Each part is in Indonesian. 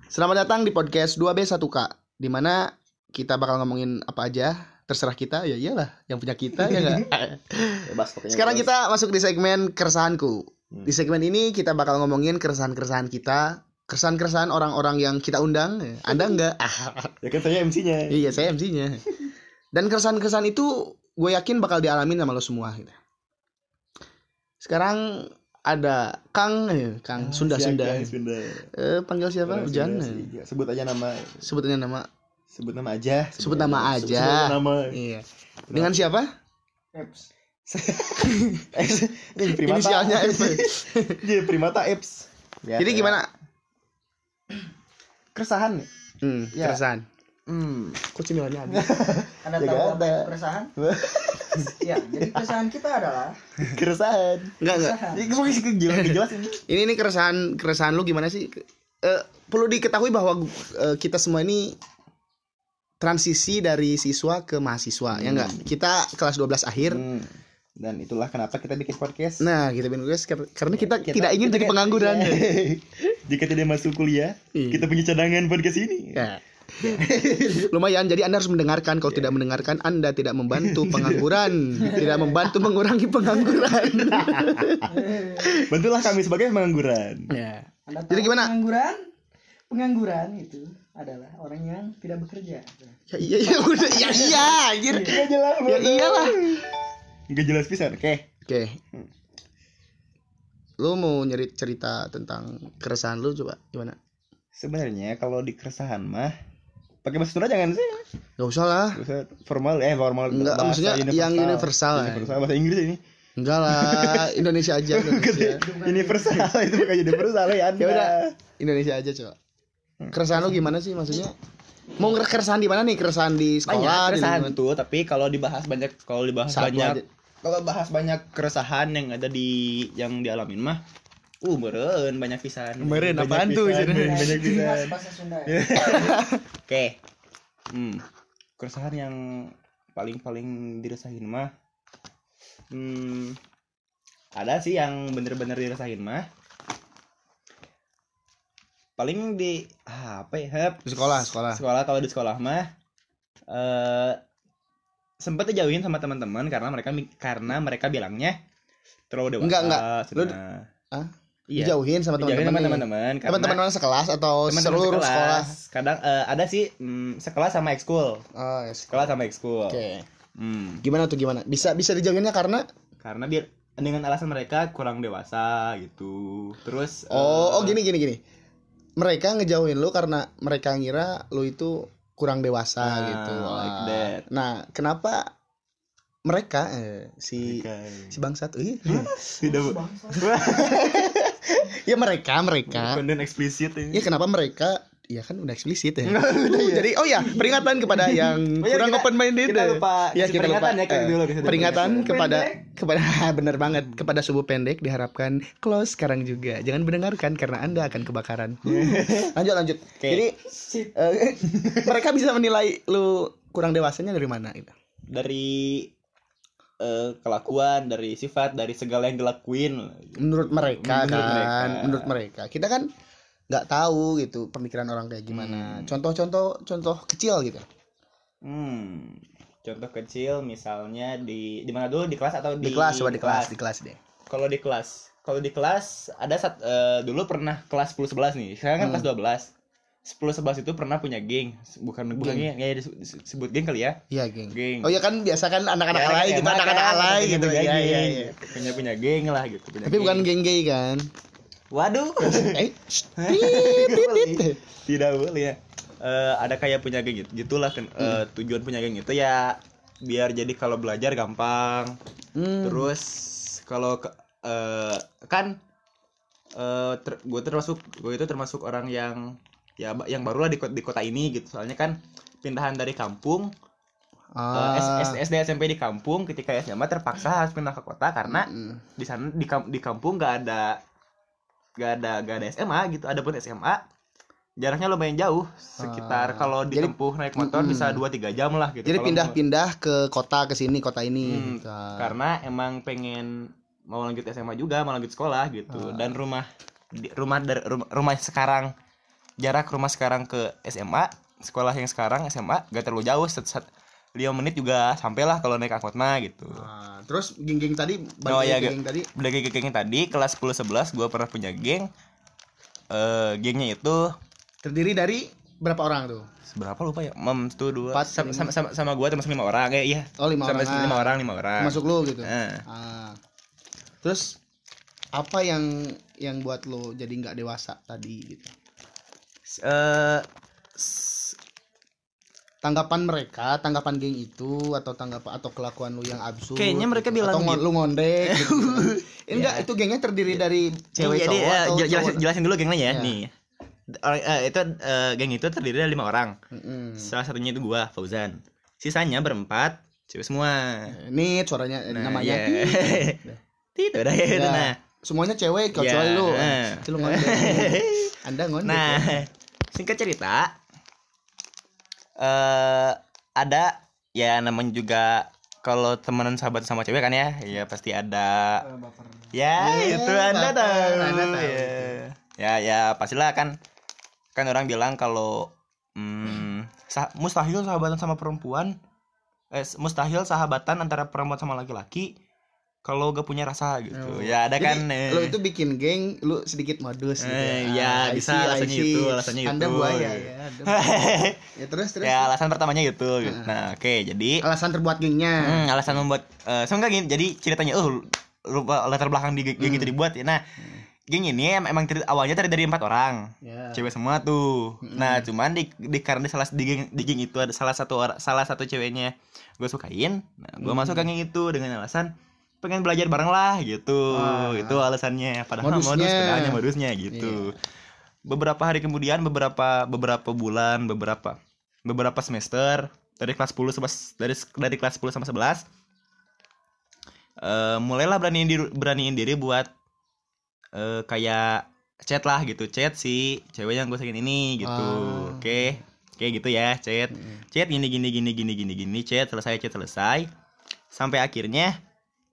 Selamat datang di podcast 2B1K, di mana kita bakal ngomongin apa aja, terserah kita, ya iyalah, yang punya kita ya enggak. Bebas pokoknya. Sekarang bebas. kita masuk di segmen keresahanku. Di segmen ini kita bakal ngomongin keresahan-keresahan kita, keresahan-keresahan orang-orang yang kita undang. Anda enggak? Ya kan saya MC-nya. Iya, saya MC-nya. Dan keresahan-keresahan itu gue yakin bakal dialamin sama lo semua gitu. Sekarang ada Kang Sunda. Panggil siapa? Hujan. Sebut aja nama. Sebut nama aja. Sebut nama. Iya. Dengan siapa? Eps. Ini Primata. Inisialnya F. Jadi Primata Eps. Ya, Jadi gimana? Keresahan. Ya. Keresahan. Kok cemilannya habis? Anda Ya, tahu gak apa ada. itu keresahan? Ya, jadi keresahan kita adalah Keresahan. Enggak. Ini gue jelas ini. Ini keresahan lu gimana sih? Perlu diketahui bahwa kita semua ini transisi dari siswa ke mahasiswa, ya enggak? Kita kelas 12 akhir. Dan itulah kenapa kita bikin podcast. Nah, kita bikin podcast karena kita tidak ingin jadi pengangguran. Jika tidak masuk kuliah, Iya. kita punya cadangan podcast ini. Ya. Lumayan, jadi Anda harus mendengarkan. Kalau tidak mendengarkan, Anda tidak membantu pengangguran, tidak membantu mengurangi pengangguran. Bantulah kami sebagai pengangguran. Ya. Anda Jadi tahu gimana? Pengangguran itu adalah orang yang tidak bekerja. Ya iya udah. Ya iya, anjir. Gak jelas. Ya iyalah. Gak jelas pisan. Oke. Lu mau cerita tentang keresahan lu, coba gimana? Sebenarnya kalau di keresahan mah pakai bahasa Sunda jangan sih. Gak usah lah. Bahasa formal Enggak, bahasa maksudnya yang universal. Universal bahasa Inggris ini. Enggak lah, Indonesia aja. Universal itu bukan universal ya Anda. Ya udah, Indonesia aja coba. Keresahan lu gimana sih maksudnya? Mau keresahan di mana nih? Keresahan di sekolah, Banyak di keresahan lingkungan? tuh, tapi kalau dibahas banyak Satu aja. kalau bahas banyak keresahan yang ada di yang dialamin mah meureun banyak pisan. Meureun Banyak apaan tuh, pisan, Cina? banyak pisan. Bahasa Sunda. Oke. Keresahan yang paling dirasain mah ada sih yang bener-bener dirasain mah paling di apa ya? Di sekolah. Kalau di sekolah mah sempat dijauhin sama teman-teman karena mereka bilangnya terlalu dewasa. Enggak. Lu Iya. dijauhin sama Dijauhin sama teman-teman. teman-teman Teman-teman sekelas atau teman-teman seluruh sekolah? Kadang ada sih sekelas sama ekskul. Oh, yes. Sekelas sama ekskul. Oke. Gimana? Bisa dijauhinnya karena Karena dengan alasan mereka kurang dewasa gitu. Terus gini. Mereka ngejauhin lu karena mereka ngira lu itu kurang dewasa gitu. like that. Nah, kenapa mereka si bangsat tidak ya mereka konten eksplisit ini. ya kenapa mereka ya kan udah eksplisit ya. Iya. Jadi peringatan kepada yang kurang open minded. Kita lupa. Ya, kita peringatan lupa. ya kayak dulu. Peringatan kepada benar banget kepada subuh pendek diharapkan close sekarang juga. Jangan mendengarkan karena Anda akan kebakaran. Lanjut. Okay. Jadi mereka bisa menilai lu kurang dewasanya dari mana gitu? Dari kelakuan, dari sifat, dari segala yang dilakuin. Menurut mereka. Menurut mereka. Kita kan nggak tahu gitu pemikiran orang kayak gimana. Contoh kecil gitu. Contoh kecil misalnya di mana dulu, di kelas atau Di kelas deh. Kalau di kelas ada dulu pernah kelas 10 11 nih. Sekarang kan kelas 12. 10 11 itu pernah punya geng. Bukan ya disebut geng kali ya. Iya, geng. Geng. Oh ya kan biasa kan anak-anak Ya, alay gitu, SMA anak-anak kan, alay punya gitu. geng. Iya. Punya geng lah gitu. Tapi bukan geng gay kan? Waduh. Tit. Tidak boleh ya. Ada kayak punya geng gitulah kan. Tujuan punya geng itu ya biar jadi kalau belajar gampang. Terus kalau gue itu termasuk orang yang baru lah di kota ini gitu. Soalnya kan pindahan dari kampung. SD SMP di kampung, ketika SMA terpaksa harus pindah ke kota karena di sana di kampung gak ada SMA gitu. Adapun SMA jaraknya lumayan jauh, sekitar kalau ditempuh naik motor bisa 2-3 jam lah gitu. Jadi Kalau pindah-pindah ke kota kota ini. Karena emang pengen mau lanjut SMA juga, mau lanjut sekolah gitu. Dan rumah sekarang jarak rumah sekarang ke SMA, sekolah yang sekarang SMA gak terlalu jauh, 5 menit juga sampailah kalau naik angkot mah gitu. Terus geng-geng tadi, geng tadi. Udah geng tadi kelas 10 11 gue pernah punya geng. Gengnya itu terdiri dari berapa orang tuh? Seberapa lupa ya? Tuh 2 sama gue termasuk 5 orang ya. Iya. Oh, 5 orang. 5 orang. Masuk lu gitu. Terus apa yang buat lo jadi nggak dewasa tadi gitu? Tanggapan geng itu atau kelakuan lu yang absurd. Kayaknya mereka gitu. bilang atau lu ngondek gitu. Enggak, itu gengnya terdiri dari cewek jadi, cowok atau jelasin dulu gengnya ya. Ya. Nih. Geng itu terdiri dari 5 orang. Salah satunya itu gua, Fauzan. Sisanya berempat cewek semua. Ini suaranya namanya. Tidak ada itu nah. Semuanya cewek kecuali lu. Lu ngondek. Anda ngondek. Nah, singkat cerita ada ya namanya juga kalau temenan sahabat sama cewek kan ya pasti ada itu Anda tahu. Ya pastilah kan orang bilang kalau mustahil sahabatan sama perempuan mustahil sahabatan antara perempuan sama laki-laki kalau gak punya rasa gitu. Ya ada. Jadi, kan lu itu bikin geng, lu sedikit modus gitu bisa alasannya itu. Anda buaya ya. Ya terus. Ya alasan pertamanya gitu. Nah, oke, jadi alasan terbuat gengnya. Alasan membuat enggak gini. Jadi ceritanya lupa latar belakang di geng itu dibuat ya. Nah, geng ini emang awalnya terdiri dari 4 orang. Cewek semua tuh. Nah, cuman karena di geng itu ada salah satu ceweknya gue sukain. Nah, gue masuk ke geng itu dengan alasan pengen belajar bareng lah gitu. Itu alasannya. Padahal modusnya gitu. Beberapa hari kemudian, beberapa bulan, beberapa semester dari kelas 10 dari kelas 10 sama 11 mulailah beraniin diri buat kayak chat lah gitu. Chat si cewek yang gue saking ini gitu. Oke. Kayak gitu ya, chat gini chat selesai sampai akhirnya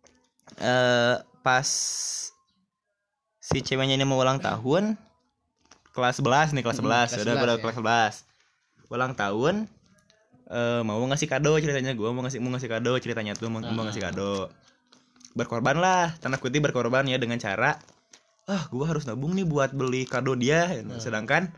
pas si ceweknya ini mau ulang tahun kelas 11 udah pada kelas 11 ulang tahun mau ngasih kado ceritanya. Gue mau ngasih kado ceritanya tuh mau ngasih kado. Berkorban lah, tanda kutip berkorban ya, dengan cara gue harus nabung nih buat beli kado dia. Sedangkan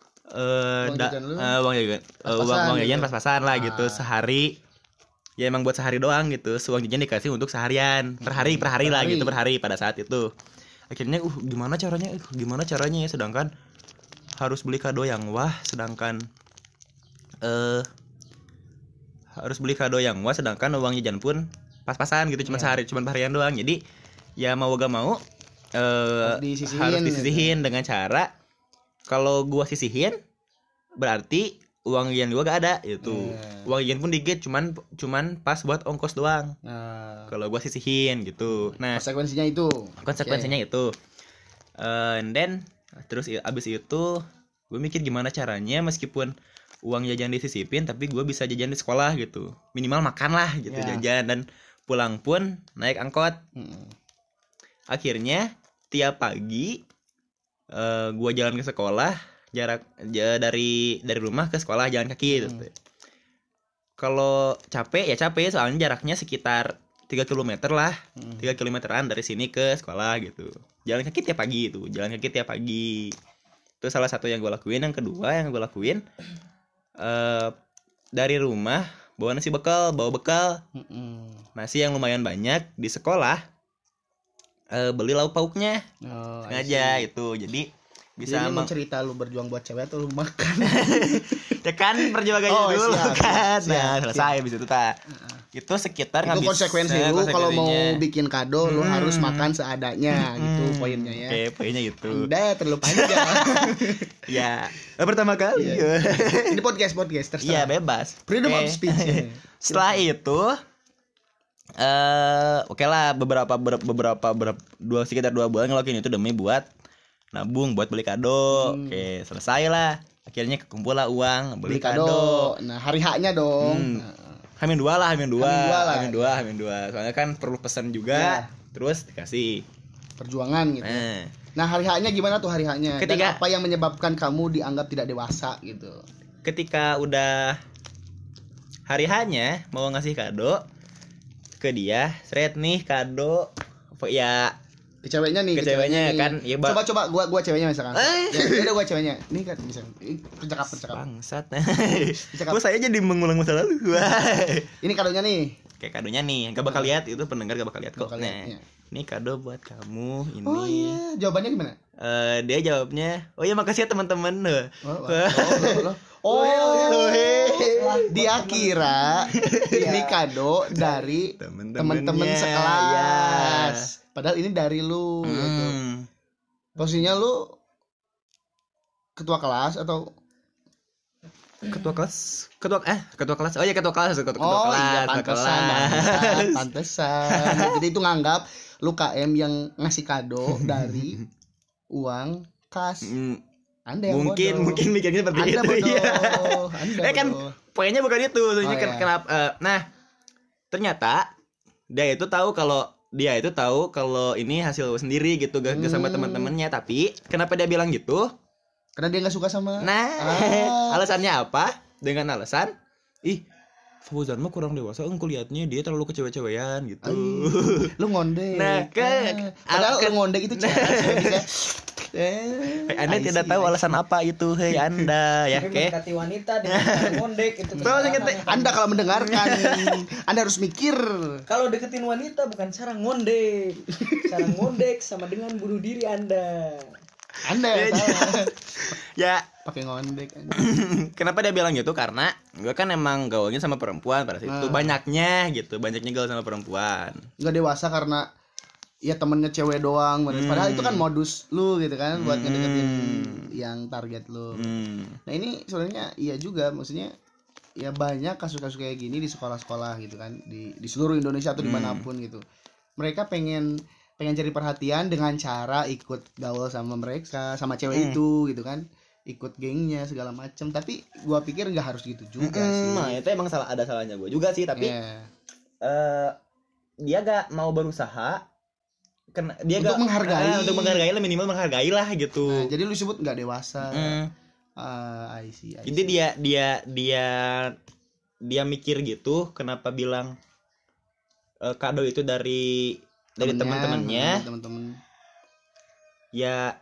uang jajan pas-pasan lah gitu sehari. Ya emang buat sehari doang gitu. Uang jajan dikasih untuk seharian, per hari lah gitu, per hari pada saat itu. Akhirnya gimana caranya ya, sedangkan harus beli kado yang sedangkan uang jajan pun pas-pasan gitu, cuma sehari, cuma harian doang. Jadi ya mau gak mau harus disisihin dengan cara kalau gua sisihin berarti uang jajan gua gak ada gitu. Uang jajan pun dikit, cuman pas buat ongkos doang. Kalau gua sisihin gitu. Nah, konsekuensinya itu. And then terus abis itu gue mikir gimana caranya meskipun uang jajan disisipin tapi gue bisa jajan di sekolah gitu, minimal makan lah gitu, jajan, dan pulang pun naik angkot. Akhirnya tiap pagi gue jalan ke sekolah, jarak dari rumah ke sekolah jalan kaki gitu. Kalau capek soalnya jaraknya sekitar 3 km lah, 3 kilometeran dari sini ke sekolah gitu. Jalan kaki tiap pagi. Itu salah satu yang gue lakuin. Yang kedua yang gue lakuin dari rumah bawa bekal. Nasi yang lumayan banyak di sekolah, beli lauk pauknya sengaja itu. Jadi bisa mau cerita lu berjuang buat cewek atau lu makan? Ya kan perjuangannya dulu kan. Nah, selesai habis itu itu sekitar itu konsekuensi lu kalau mau bikin kado lu harus makan seadanya gitu poinnya ya. Oke, poinnya gitu. Udah terlalu panjang. Ya, pertama kali. Ini podcast terserah. Iya, bebas. Freedom of speech. Setelah itu oke lah sekitar 2 bulan ngelakuin itu demi buat nabung buat beli kado. Oke, selesai lah. Akhirnya kekumpul lah uang beli kado. Nah, hari haknya dong. Hamin dua. Soalnya kan perlu pesan juga. Terus dikasih. Perjuangan gitu. Nah, Nah, hari H-nya gimana tuh hari H-nya? Dan Ketika- apa yang menyebabkan kamu dianggap tidak dewasa gitu? Ketika udah hari H-nya mau ngasih kado ke dia, seret nih kado ya Ke ceweknya nih, Ke ceweknya kan, ya, coba gua ceweknya misalkan. Eh. Ya udah gua ceweknya. Nih kan bisa. Percakap. bangsat. Cakap. Kok saya jadi mengulang masa lalu. Wah. Ini kadonya nih. Kayak kadonya nih, gak bakal lihat itu pendengar gak bakal lihat kok. Gak bakal lihat, Nah, iya. ini kado buat kamu ini. Oh iya, jawabannya gimana? Dia jawabnya, oh ya makasih ya teman-teman. Dia kira ini kado dari teman-teman sekelas. Padahal ini dari lu gitu. Posisinya lu ketua kelas atau ketua kelas. Oh iya ketua kelas. iya pantesan. Jadi itu nganggap lu KM yang ngasih kado dari uang kas. Anda yang Mungkin mikirnya seperti Anda itu. bodoh. Iya. Anda kan bodoh. poinnya bukan itu. Maksudnya Oh, iya. kenapa nah, ternyata dia itu tahu kalau ini hasil sendiri gitu gak sama teman-temannya, tapi kenapa dia bilang gitu? Karena dia nggak suka sama. Nah, alasannya apa? Dengan alasan, Fauzan mah kurang dewasa, liatnya dia terlalu kecewe-cewean gitu. Lu ngondek. Nah, padahal lu ngondek itu cara. Anda tidak tahu alasan apa itu, hei Anda ya, Tapi oke. mendekati wanita dengan cara ngondek itu. Anda kalau mendengarkan, Anda harus mikir. Kalau deketin wanita bukan cara ngondek. Cara ngondek sama dengan bunuh diri Anda. Anda yang salah. Ya, Pakai ngondek. kenapa dia bilang gitu? Karena gue kan emang gaulnya sama perempuan pada saat itu, banyaknya gaul sama perempuan. Nggak dewasa karena ya temennya cewek doang. Padahal itu kan modus lu gitu kan buat ngedeketin yang target lu. Nah ini sebenarnya iya juga, maksudnya ya banyak kasus-kasus kayak gini di sekolah-sekolah gitu kan, di seluruh Indonesia atau dimanapun gitu. Mereka pengen cari perhatian dengan cara ikut gaul sama mereka, sama cewek itu gitu kan, ikut gengnya segala macem. Tapi gua pikir nggak harus gitu juga sih. Nah itu emang ada salahnya gue juga sih, tapi dia gak mau berusaha. Dia Untuk menghargai. lah, minimal menghargai lah gitu. Nah, jadi lu sebut nggak dewasa. I see. Jadi dia mikir gitu, kenapa bilang kado itu dari teman-temannya. Teman-teman. Ya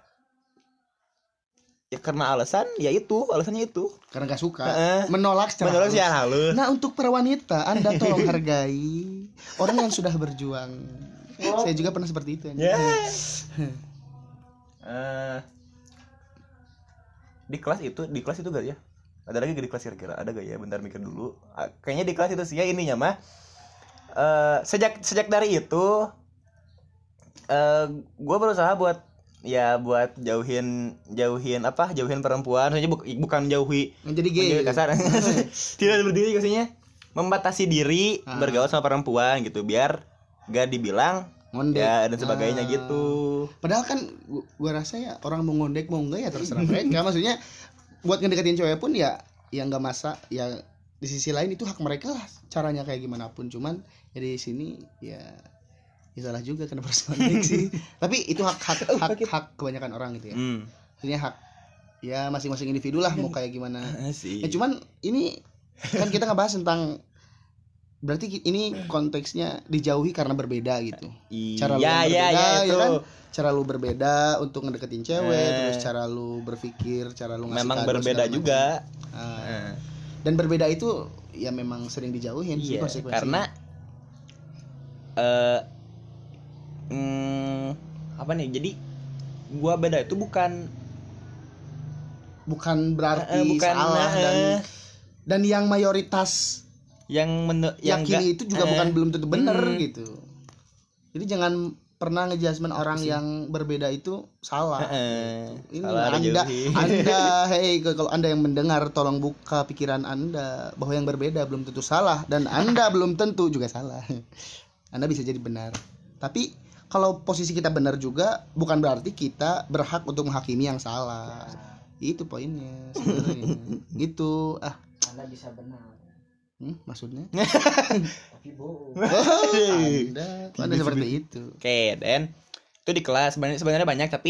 karena alasannya itu Karena gak suka, menolak secara halus. Nah, untuk para wanita, Anda tolong hargai orang yang sudah berjuang. Saya juga pernah seperti itu. Di kelas itu gak ya? Ada lagi gak di kelas kira-kira? Ada gak ya? Bentar mikir dulu. Kayaknya di kelas itu sih ya, ininya mah. Sejak dari itu gue berusaha buat jauhin perempuan. Maksudnya bukan jauhi Menjadi gay. Kasar. Tidak seperti itu maksudnya. Membatasi diri bergaul sama perempuan gitu, biar gak dibilang ngondek ya dan sebagainya gitu. Padahal kan gua rasa ya orang mau ngondek mau enggak ya terserah mereka. Maksudnya buat ngedeketin cewek pun ya nggak masa ya, di sisi lain itu hak mereka lah caranya kayak gimana pun. Cuman ya di sini ya salah juga kenapa harus ngondek sih. Tapi itu hak kebanyakan orang gitu ya. Maksudnya hak ya masing-masing individu lah mau kayak gimana. Ya cuman ini kan kita ngebahas tentang, berarti ini konteksnya dijauhi karena berbeda gitu. Cara lu berbeda ya kan? Cara lu berbeda untuk ngedeketin cewek, terus cara lu berpikir, cara lu ngasih memang kado berbeda juga. Dan berbeda itu ya memang sering dijauhin sih konsekuensinya. Karena apa nih? Jadi gua beda itu bukan berarti salah, dan yang mayoritas yang yakini itu juga belum tentu benar gitu. Jadi jangan pernah ngejudgment orang yang berbeda itu salah. Gitu. Ini salah Anda hei, kalau Anda yang mendengar tolong buka pikiran Anda bahwa yang berbeda belum tentu salah dan Anda belum tentu juga salah. Anda bisa jadi benar. Tapi kalau posisi kita benar juga bukan berarti kita berhak untuk menghakimi yang salah. Itu poinnya sebenarnya. Gitu. Anda bisa benar. Maksudnya? Tapi bohong. Anda seperti itu. Oke, dan itu di kelas sebenarnya banyak, tapi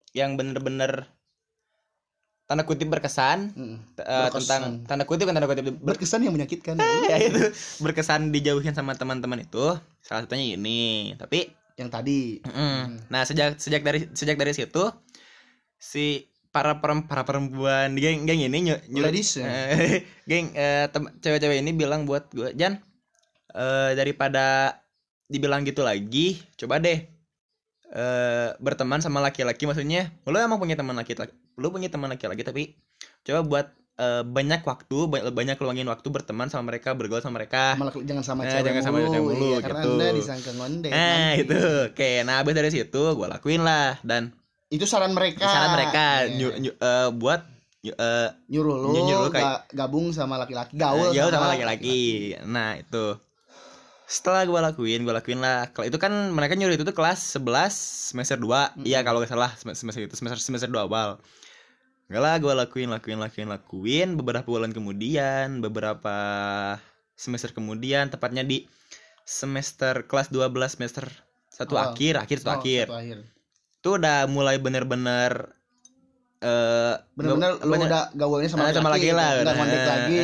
yang bener-bener tanda kutip berkesan, tentang tanda kutip berkesan yang menyakitkan. Ya itu berkesan dijauhin sama teman-teman itu salah satunya ini. Tapi yang tadi. Nah sejak dari situ si para perempuan di geng ini ladies geng cewek-cewek ini bilang buat gue, Jan, daripada dibilang gitu lagi, coba deh berteman sama laki-laki. Maksudnya lu emang punya teman laki-laki, tapi coba buat banyak luangin waktu berteman sama mereka, bergaul sama mereka. Jangan sama cewek mulu karena gitu. Anda disangka ngondek. Itu. Oke, nah abis dari situ gue lakuin lah, dan itu saran mereka. Buat nyuruh lu kayak gabung sama laki-laki, gaul sama laki-laki. Nah, itu. Setelah gue lakuin lah. Kalau itu kan mereka nyuruh itu tuh kelas 11 semester 2. Iya, kalau enggak salah semester 2 awal. Enggak lah, gue lakuin beberapa bulan kemudian, beberapa semester kemudian, tepatnya di semester kelas 12 semester 1 akhir. Itu udah mulai bener-bener lu udah gaulnya sama laki lah, udah ngondek lagi.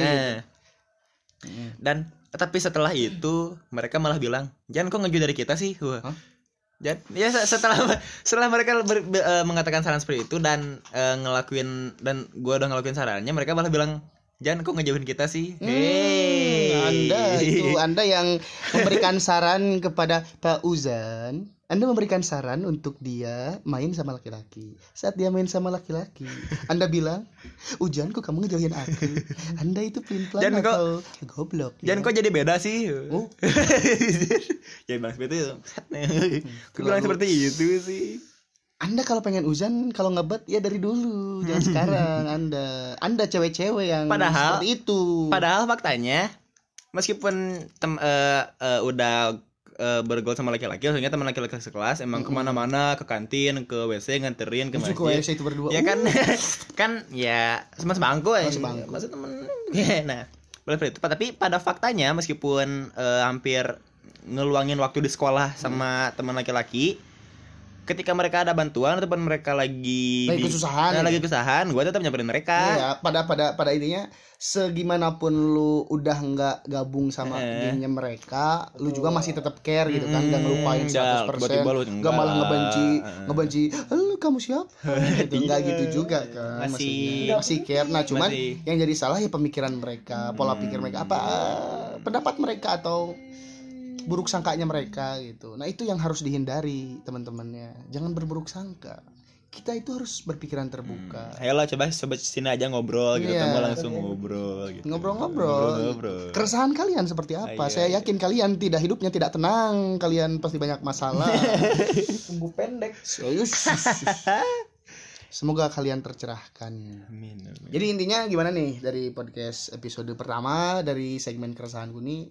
Dan tapi setelah itu mereka malah bilang, "Jangan kok ngeju dari kita sih?" Ya setelah mereka mengatakan saran seperti itu dan ngelakuin, dan gua udah ngelakuin sarannya, mereka malah bilang, "Jangan kok ngejauhin kita sih?" Anda yang memberikan saran kepada Pak Uzan. Anda memberikan saran untuk dia main sama laki-laki. Saat dia main sama laki-laki, Anda bilang, "Ujan, kok kamu ngejauhin aku? Anda itu pelin-pelan atau goblok?" Jangan kok jadi beda sih. Ya bang seperti itu. Aku bilang seperti itu sih. Anda kalau pengen Uzan, kalau ngebet ya dari dulu, jangan sekarang. Anda cewek-cewek yang seperti itu. Padahal faktanya, meskipun udah bergaul sama laki-laki, maksudnya teman laki-laki sekelas, emang kemana-mana, ke kantin, ke WC, nganterin ke masjid. Ke WC itu berdua. Ya kan, kan ya sama sebangku ya. Masa temen. Nah, boleh itu. Tapi pada faktanya, meskipun hampir ngeluangin waktu di sekolah sama teman laki-laki, ketika mereka ada bantuan ataupun mereka lagi kesusahan, gue tetap nyamperin mereka. Ya, pada intinya, segimanapun lu udah nggak gabung sama gengnya mereka, lu juga masih tetap care gitu kan, nggak ngelupain 100%, nggak malah ngebenci, lu kamu siapa? Gitu, nggak gitu juga kan, masih care. Nah, cuman yang jadi salah ya pemikiran mereka, pola pikir mereka, apa pendapat mereka atau buruk sangkanya mereka gitu. Nah, itu yang harus dihindari teman-temannya. Jangan berburuk sangka. Kita itu harus berpikiran terbuka. Ayolah coba sini aja ngobrol gitu, ketemu langsung ngobrol gitu. Ngobrol. Keresahan kalian seperti apa? Saya yakin kalian hidupnya tidak tenang, kalian pasti banyak masalah. Tunggu pendek. Semoga kalian tercerahkan. Amin. Jadi intinya gimana nih dari podcast episode pertama dari segmen keresahanku nih?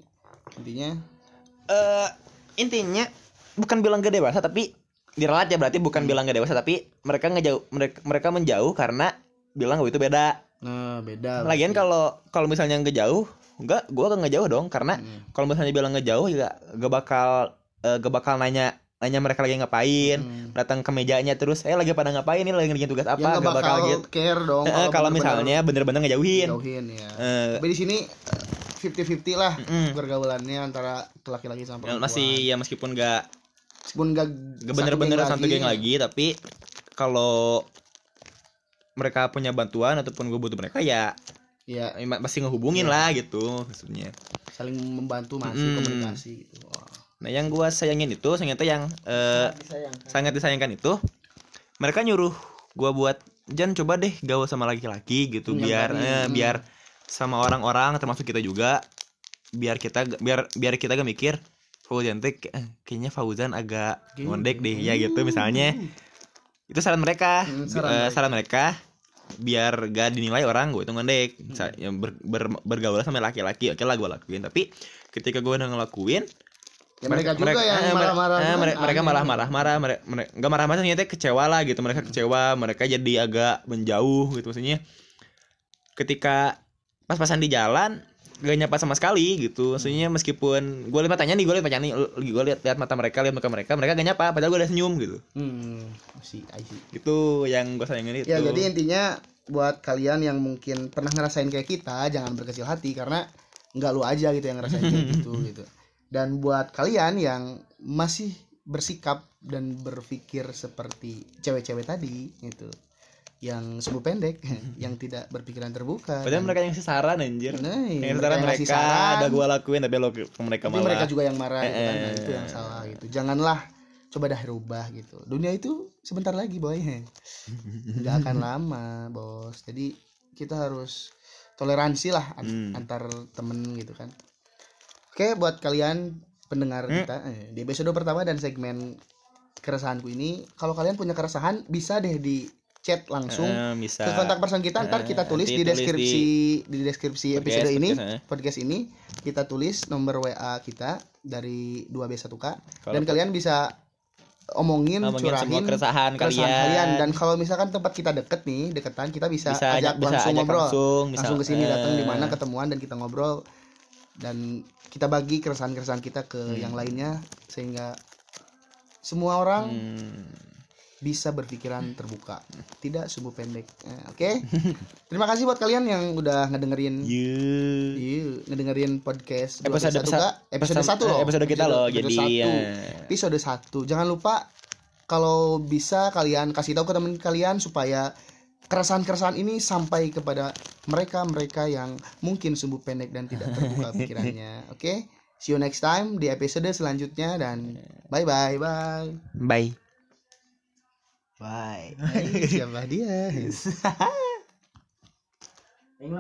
Intinya bukan bilang gak dewasa, tapi diralat ya, berarti bukan bilang gak dewasa, tapi mereka menjauh karena bilang gue itu beda. Nah, beda. Lagian kalau misalnya ngejauh, gue akan ngejauh dong, karena kalau misalnya bilang ngejauh juga gak bakal nanya mereka lagi ngapain, datang ke mejanya terus, lagi pada ngapain nih, lagi ngerjain tugas apa, ya, gak bakal gitu. Care dong. Kalau misalnya bener-bener ngejauhin ya. Tapi di sini 50-50 lah pergaulannya antara laki-laki sama perempuan. Masih ya meskipun gak bener-bener satu geng lagi, tapi kalau mereka punya bantuan ataupun gue butuh mereka ya masih ngehubungin lah gitu maksudnya. Saling membantu, masih komunikasi gitu. Nah, yang gue sayangin itu ternyata yang sangat disayangkan itu, mereka nyuruh gue buat, "Jan, coba deh gaul sama laki-laki gitu, biar sama orang-orang termasuk kita juga, biar kita gak mikir Fauzan kayaknya Fauzan agak ngondek deh ya gitu misalnya." Itu saran mereka. Saran mereka biar gak dinilai orang gue itu ngondek. Bergaul sama laki-laki, oke lah gue lakuin. Tapi ketika gue udah ngelakuin, mereka juga yang marah-marah. Mereka malah marah-marah. Gak marah-marah, ternyata kecewa lah gitu. Mereka kecewa, mereka jadi agak menjauh gitu. Maksudnya ketika pas-pasan di jalan, gak nyapa sama sekali gitu. Maksudnya meskipun gue liat matanya nih, gue liat mata mereka, liat muka mereka gak nyapa, padahal gue udah senyum gitu. I see. Itu yang gue sayangin itu. Ya jadi intinya buat kalian yang mungkin pernah ngerasain kayak kita, jangan berkecil hati karena nggak lu aja gitu yang ngerasain kayak gitu. Dan buat kalian yang masih bersikap dan berpikir seperti cewek-cewek tadi gitu, yang sumbu pendek, yang tidak berpikiran terbuka. Padahal mereka yang ngasih saran anjir. Nah, yang mereka ada gue lakuin tapi mereka tapi malah. mereka juga yang marah gitu kan. Nah, itu yang salah gitu. Janganlah, coba dah rubah gitu. Dunia itu sebentar lagi boy. Nggak akan lama bos. Jadi kita harus toleransi lah antar temen gitu kan. Oke, buat kalian pendengar kita di episode pertama dan segmen keresahanku ini, kalau kalian punya keresahan bisa deh di chat langsung bisa. ke kontak person kita, ntar kita tulis di deskripsi episode ini, podcast ini kita tulis nomor WA kita dari 2B1K dan kalian bisa omongin curahin keresahan kalian. Dan kalau misalkan tempat kita deketan, kita bisa ajak langsung ngobrol, langsung ke sini, datang di mana ketemuan dan kita ngobrol dan kita bagi keresahan kita ke yang lainnya sehingga semua orang bisa berpikiran terbuka, tidak sumbu pendek. Oke. Terima kasih buat kalian yang udah ngedengerin ngedengerin podcast episode 1 loh. Episode kita loh. Episode 1. Jangan lupa kalau bisa kalian kasih tahu ke teman kalian supaya keresahan-keresahan ini sampai kepada mereka yang mungkin sumbu pendek dan tidak terbuka pikirannya. Oke. See you next time di episode selanjutnya dan bye. Bye. Siapa dia?